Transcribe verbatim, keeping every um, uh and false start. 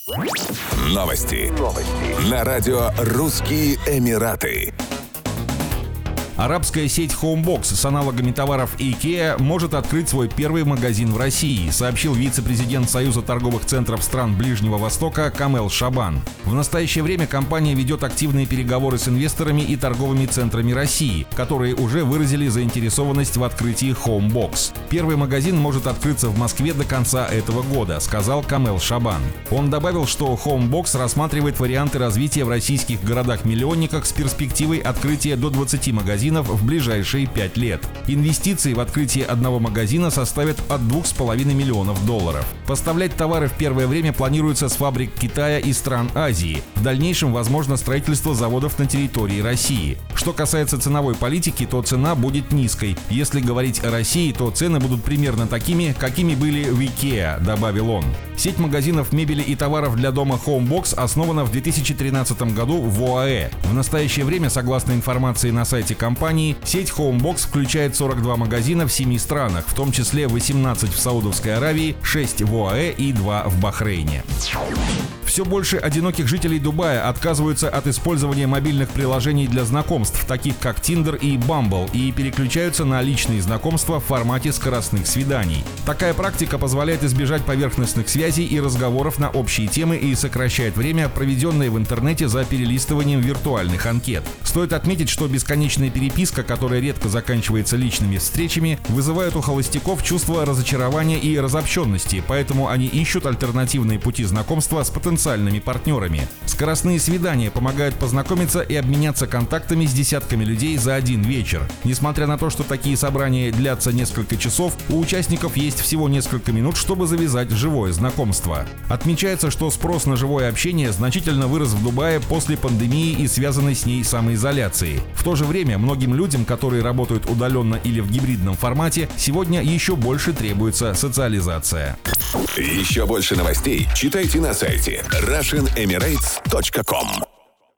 Новости. Новости. На радио «Русские Эмираты». Арабская сеть Homebox с аналогами товаров IKEA может открыть свой первый магазин в России, сообщил вице-президент Союза торговых центров стран Ближнего Востока Камел Шабан. В настоящее время компания ведет активные переговоры с инвесторами и торговыми центрами России, которые уже выразили заинтересованность в открытии Homebox. Первый магазин может открыться в Москве до конца этого года, сказал Камел Шабан. Он добавил, что Homebox рассматривает варианты развития в российских городах-миллионниках с перспективой открытия до двадцати магазинов в ближайшие пять лет. Инвестиции в открытие одного магазина составят от двух с половиной миллионов долларов. Поставлять товары в первое время планируется с фабрик Китая и стран Азии. В дальнейшем возможно строительство заводов на территории России. Что касается ценовой политики, то цена будет низкой. Если говорить о России, то цены будут примерно такими, какими были в IKEA, добавил он. Сеть магазинов мебели и товаров для дома Homebox основана в две тысячи тринадцатом году в ОАЭ. В настоящее время, согласно информации на сайте компании, сеть Homebox включает сорок два магазина в семи странах, в том числе восемнадцать в Саудовской Аравии, шесть в ОАЭ и два в Бахрейне. Все больше одиноких жителей Дубая отказываются от использования мобильных приложений для знакомств, таких как Tinder и Bumble, и переключаются на личные знакомства в формате скоростных свиданий. Такая практика позволяет избежать поверхностных связей и разговоров на общие темы и сокращает время, проведенное в интернете за перелистыванием виртуальных анкет. Стоит отметить, что бесконечная переписка, которая редко заканчивается личными встречами, вызывает у холостяков чувство разочарования и разобщенности, поэтому они ищут альтернативные пути знакомства с потенциальными партнерами. Скоростные свидания помогают познакомиться и обменяться контактами с десятками людей за один вечер. Несмотря на то, что такие собрания длятся несколько часов, у участников есть всего несколько минут, чтобы завязать живое знакомство. Отмечается, что спрос на живое общение значительно вырос в Дубае после пандемии и связанной с ней самоизоляции. В то же время многим людям, которые работают удаленно или в гибридном формате, сегодня еще больше требуется социализация. Еще больше новостей читайте на сайте Russian Emirates точка ком.